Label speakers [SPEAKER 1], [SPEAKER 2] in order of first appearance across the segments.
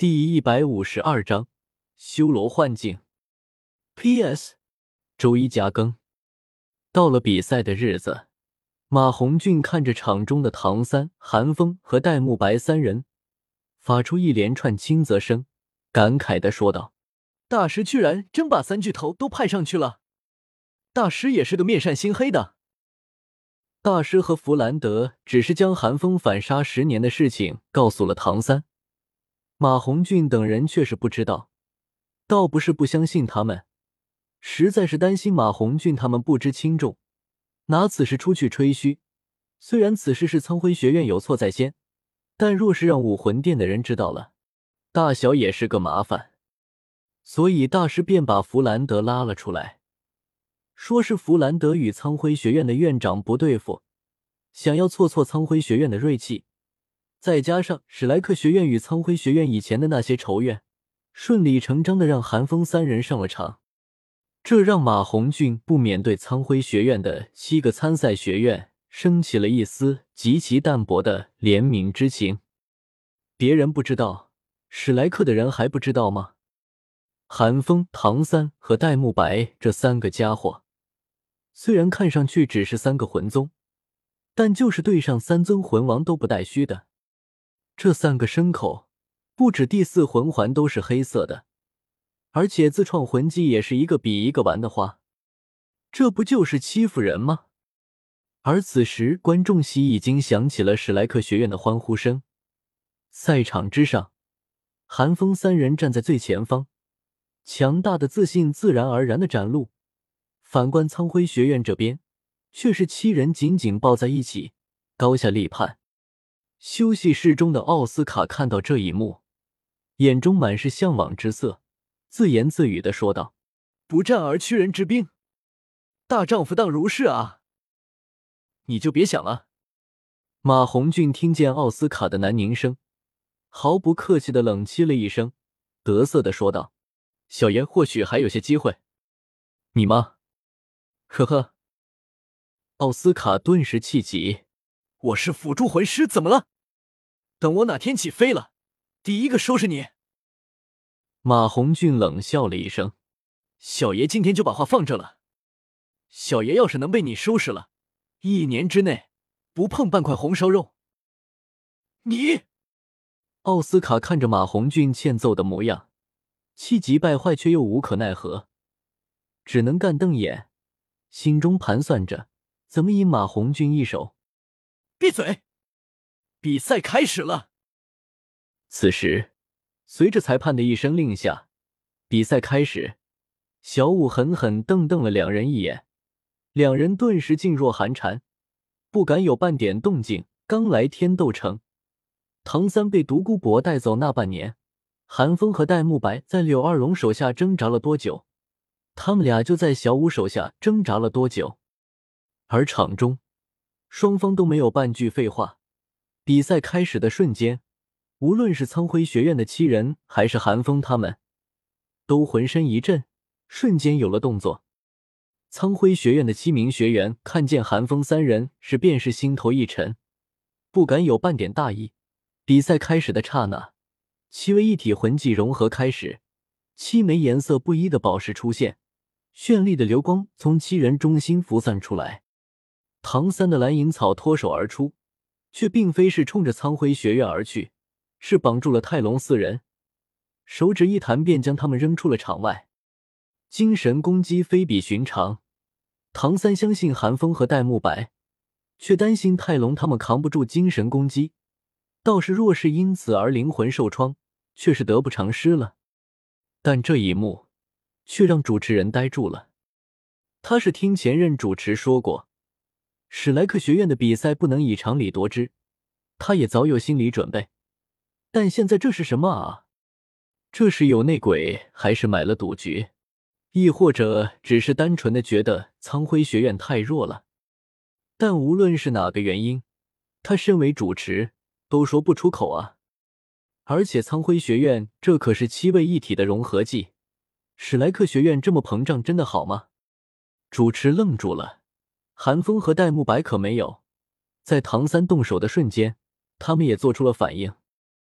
[SPEAKER 1] 第152章修罗幻境。 PS 周一加更。到了比赛的日子，马红俊看着场中的唐三、韩风和戴沐白三人，发出一连串轻啧声，感慨地说道：大师居然真把三巨头都派上去了，大师也是个面善心黑的。大师和弗兰德只是将韩风反杀10年的事情告诉了唐三，马红俊等人却是不知道，倒不是不相信他们，实在是担心马红俊他们不知轻重，拿此事出去吹嘘。虽然此事是苍辉学院有错在先，但若是让武魂殿的人知道了，大小也是个麻烦。所以大师便把弗兰德拉了出来，说是弗兰德与苍辉学院的院长不对付，想要挫苍辉学院的锐气，再加上史莱克学院与苍辉学院以前的那些仇怨，顺理成章的让韩风三人上了场。这让马红俊不免对苍辉学院的7个参赛学院升起了一丝极其淡薄的怜悯之情。别人不知道，史莱克的人还不知道吗？韩风、唐三和戴沐白这3个家伙，虽然看上去只是3个魂宗，但就是对上3尊魂王都不带虚的。这3个牲口，不止第4魂环都是黑色的，而且自创魂技也是一个比一个玩的花，这不就是欺负人吗？而此时观众席已经响起了史莱克学院的欢呼声。赛场之上，韩风3人站在最前方，强大的自信自然而然地展露。反观苍辉学院这边，却是7人紧紧抱在一起，高下立判。休息室中的奥斯卡看到这一幕，眼中满是向往之色，自言自语地说道：不战而屈人之兵，大丈夫当如是啊。你就别想了。马红俊听见奥斯卡的喃宁声，毫不客气地冷凄了一声，得瑟地说道：小爷或许还有些机会。你吗？呵呵。奥斯卡顿时气急，我是辅助魂师怎么了？等我哪天起飞了，第一个收拾你。马红俊冷笑了一声，小爷今天就把话放这了，小爷要是能被你收拾了，1年之内不碰半块红烧肉。你！奥斯卡看着马红俊欠揍的模样，气急败坏却又无可奈何，只能干瞪眼，心中盘算着怎么赢马红俊一手。闭嘴！比赛开始了。此时，随着裁判的一声令下，比赛开始。小五狠狠瞪了2人一眼，2人顿时噤若寒蝉，不敢有半点动静。刚来天斗城，唐三被独孤博带走那半年，韩风和戴沐白在柳二龙手下挣扎了多久，他们俩就在小五手下挣扎了多久。而场中双方都没有半句废话。比赛开始的瞬间，无论是苍辉学院的7人还是韩风他们，都浑身一震，瞬间有了动作。苍辉学院的7名学员看见韩风3人是便是心头一沉，不敢有半点大意。比赛开始的刹那，7位一体魂技融合开始，7枚颜色不一的宝石出现，绚丽的流光从7人中心浮散出来。唐三的蓝银草脱手而出，却并非是冲着苍辉学院而去，是绑住了泰隆4人，手指一弹便将他们扔出了场外。精神攻击非比寻常，唐三相信韩风和戴沐白，却担心泰隆他们扛不住精神攻击，倒是若是因此而灵魂受创，却是得不偿失了。但这一幕却让主持人呆住了。他是听前任主持说过，史莱克学院的比赛不能以常理夺之，他也早有心理准备。但现在这是什么啊？这是有内鬼，还是买了赌局？亦或者只是单纯的觉得苍辉学院太弱了？但无论是哪个原因，他身为主持都说不出口啊。而且苍辉学院这可是7位一体的融合技，史莱克学院这么膨胀真的好吗？主持愣住了，韩风和戴沐白可没有。在唐三动手的瞬间，他们也做出了反应。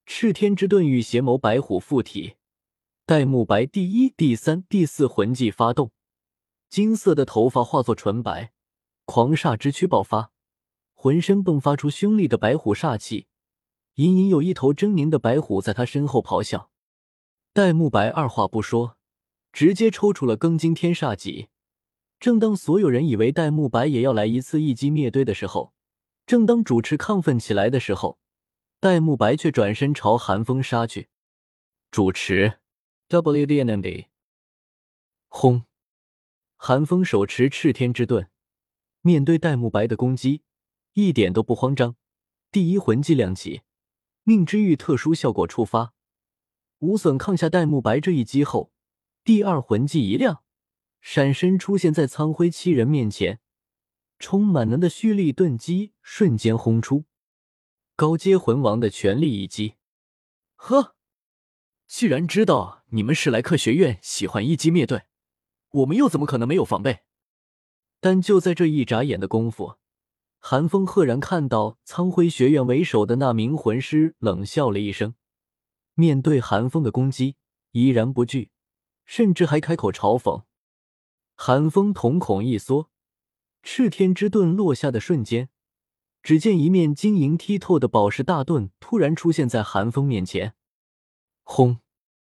[SPEAKER 1] 赤天之盾与邪眸白虎附体，戴沐白第一、第三、第四魂技发动，金色的头发化作纯白，狂煞之躯爆发，浑身迸发出凶厉的白虎煞气，隐隐有一头狰狞的白虎在他身后咆哮。戴沐白二话不说，直接抽出了庚金天煞戟。正当所有人以为戴沐白也要来一次一击灭堆的时候，正当主持亢奋起来的时候，戴沐白却转身朝寒风杀去。主持 WDNMD 轰！寒风手持赤天之盾，面对戴沐白的攻击一点都不慌张，第一魂技亮起，命之玉特殊效果触发，无损抗下戴沐白这一击后，第二魂技一亮，闪身出现在苍辉七人面前，充满能的蓄力盾击瞬间轰出，高阶魂王的全力一击。
[SPEAKER 2] 呵，既然知道你们史莱克学院喜欢一击灭队，我们又怎么可能没有防备？
[SPEAKER 1] 但就在这一眨眼的功夫，寒风赫然看到苍辉学院为首的那名魂师冷笑了一声，面对寒风的攻击依然不惧，甚至还开口嘲讽。寒风瞳孔一缩，赤天之盾落下的瞬间，只见一面晶莹剔透的宝石大盾突然出现在寒风面前。轰！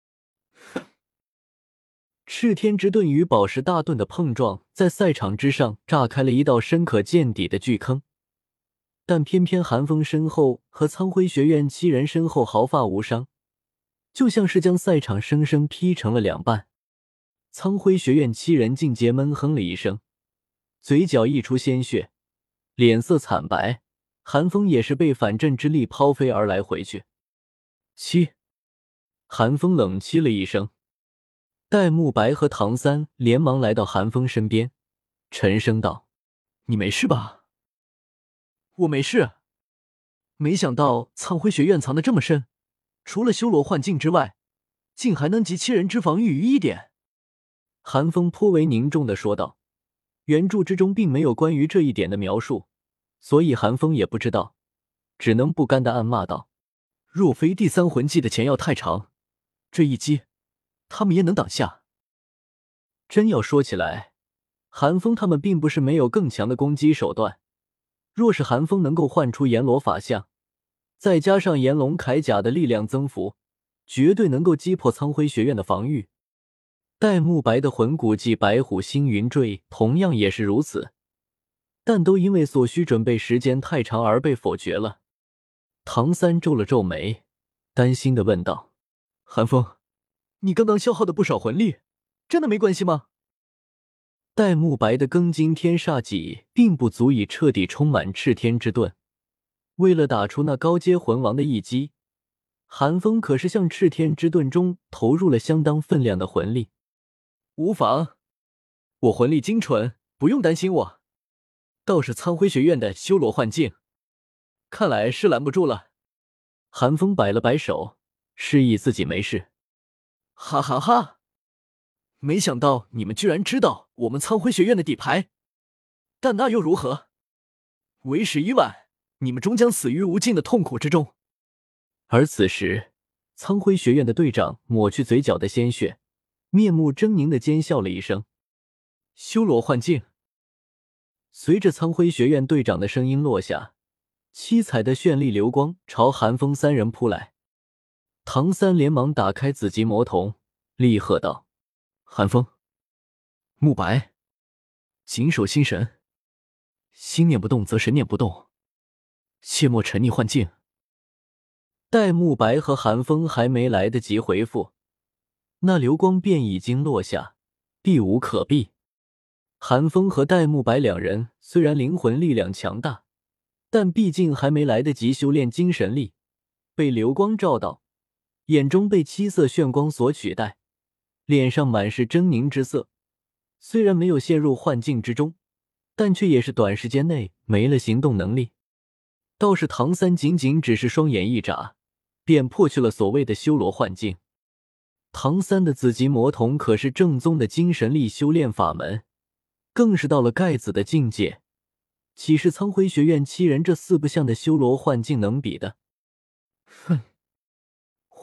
[SPEAKER 1] 赤天之盾与宝石大盾的碰撞在赛场之上炸开了一道深可见底的巨坑，但偏偏寒风身后和苍辉学院七人身后毫发无伤，就像是将赛场生生劈成了两半。苍辉学院七人尽皆闷哼了一声，嘴角溢出鲜血，脸色惨白。寒风也是被反震之力抛飞而来回去。七，寒风冷凄了一声。戴沐白和唐三连忙来到寒风身边，沉声道：“
[SPEAKER 2] 你没事吧？”“我没事。没想到苍辉学院藏得这么深，除了修罗幻境之外，竟还能集七人之防御于一点。”
[SPEAKER 1] 寒风颇为凝重地说道。原著之中并没有关于这一点的描述，所以寒风也不知道，只能不甘地暗骂道：“
[SPEAKER 2] 若非第三魂技的前药太长，这一击他们也能挡下。”
[SPEAKER 1] 真要说起来，寒风他们并不是没有更强的攻击手段，若是寒风能够唤出阎罗法相，再加上炎龙铠甲的力量增幅，绝对能够击破苍辉学院的防御。戴沐白的魂骨技白虎星云坠同样也是如此，但都因为所需准备时间太长而被否决了。唐三皱了皱眉，担心地问道：“
[SPEAKER 2] 寒风，你刚刚消耗的不少魂力，真的没关系吗？”
[SPEAKER 1] 戴沐白的庚金天煞戟并不足以彻底充满赤天之盾，为了打出那高阶魂王的一击，寒风可是向赤天之盾中投入了相当分量的魂力。
[SPEAKER 2] 无妨，我魂力精纯，不用担心我。倒是苍辉学院的修罗幻境，看来是拦不住了。
[SPEAKER 1] 寒风摆了摆手，示意自己没事。
[SPEAKER 2] 哈哈哈！没想到你们居然知道我们苍辉学院的底牌，但那又如何？为时已晚，你们终将死于无尽的痛苦之中。
[SPEAKER 1] 而此时，苍辉学院的队长抹去嘴角的鲜血，面目狰狞地尖笑了一声。修罗幻境。随着苍辉学院队长的声音落下，七彩的绚丽流光朝寒风三人扑来。唐三连忙打开紫极魔瞳，厉喝道：“寒风，
[SPEAKER 2] 沐白，谨守心神，心念不动则神念不动，切莫沉溺幻境。”
[SPEAKER 1] 戴沐白和寒风还没来得及回复，那流光便已经落下，避无可避。寒风和戴沐白两人虽然灵魂力量强大，但毕竟还没来得及修炼精神力，被流光照到，眼中被七色炫光所取代，脸上满是狰狞之色。虽然没有陷入幻境之中，但却也是短时间内没了行动能力。倒是唐三仅只是双眼一眨，便破去了所谓的修罗幻境。唐三的紫极魔瞳可是正宗的精神力修炼法门，更是到了盖子的境界，岂是苍辉学院七人这四不像的修罗幻境能比的？
[SPEAKER 2] 哼！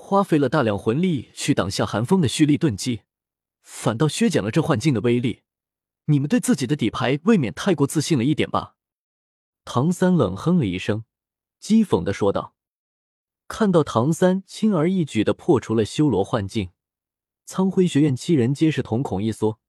[SPEAKER 2] 花费了大量魂力去挡下寒风的蓄力顿击，反倒削减了这幻境的威力。你们对自己的底牌未免太过自信了一点吧？
[SPEAKER 1] 唐三冷哼了一声，讥讽地说道。看到唐三轻而易举地破除了修罗幻境，苍辉学院7人皆是瞳孔一缩。